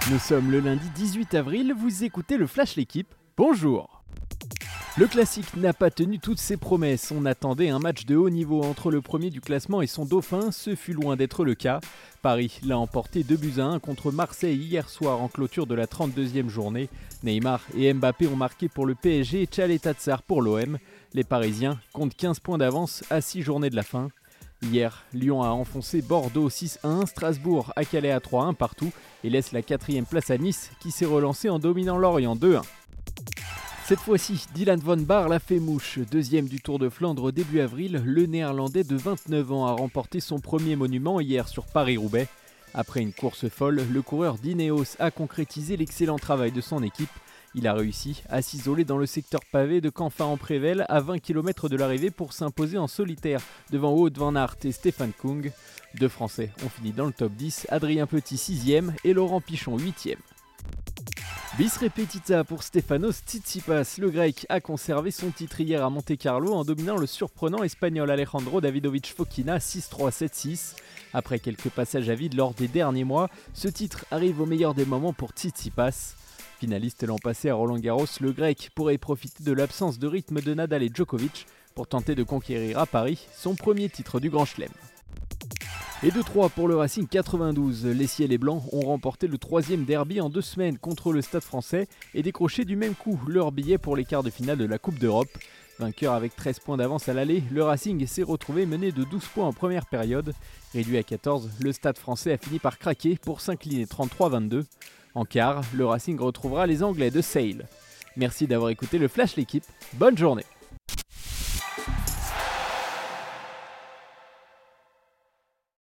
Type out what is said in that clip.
Nous sommes le lundi 18 avril, vous écoutez le Flash L'équipe, bonjour. Le classique n'a pas tenu toutes ses promesses, on attendait un match de haut niveau entre le premier du classement et son dauphin, ce fut loin d'être le cas. Paris l'a emporté 2-1 contre Marseille hier soir en clôture de la 32e journée. Neymar et Mbappé ont marqué pour le PSG et Tchaleta-Tsar pour l'OM. Les Parisiens comptent 15 points d'avance à 6 journées de la fin. Hier, Lyon a enfoncé Bordeaux 6-1, Strasbourg a calé à 3-1 partout et laisse la 4e place à Nice qui s'est relancé en dominant Lorient 2-1. Cette fois-ci, Dylan van Baarle a fait mouche. Deuxième du Tour de Flandre début avril, le Néerlandais de 29 ans a remporté son premier monument hier sur Paris-Roubaix. Après une course folle, le coureur d'Ineos a concrétisé l'excellent travail de son équipe. Il a réussi à s'isoler dans le secteur pavé de Canfin-en-Prévelle à 20 km de l'arrivée pour s'imposer en solitaire devant Wout van Aert et Stefan Kung. Deux Français ont fini dans le top 10, Adrien Petit 6e et Laurent Pichon 8e. Bis repetita pour Stefanos Tsitsipas, le grec a conservé son titre hier à Monte-Carlo en dominant le surprenant espagnol Alejandro Davidovich Fokina 6-3, 7-6. Après quelques passages à vide lors des derniers mois, ce titre arrive au meilleur des moments pour Tsitsipas. Finaliste l'an passé à Roland-Garros, le grec pourrait profiter de l'absence de rythme de Nadal et Djokovic pour tenter de conquérir à Paris son premier titre du Grand Chelem. Et 2-3 pour le Racing 92, les Ciels et Blancs ont remporté le 3e derby en 2 semaines contre le Stade Français et décroché du même coup leur billet pour les quarts de finale de la Coupe d'Europe. Vainqueur avec 13 points d'avance à l'aller, le Racing s'est retrouvé mené de 12 points en première période. Réduit à 14, le Stade Français a fini par craquer pour s'incliner 33-22. En quart, le Racing retrouvera les Anglais de Sale. Merci d'avoir écouté le Flash L'équipe, bonne journée.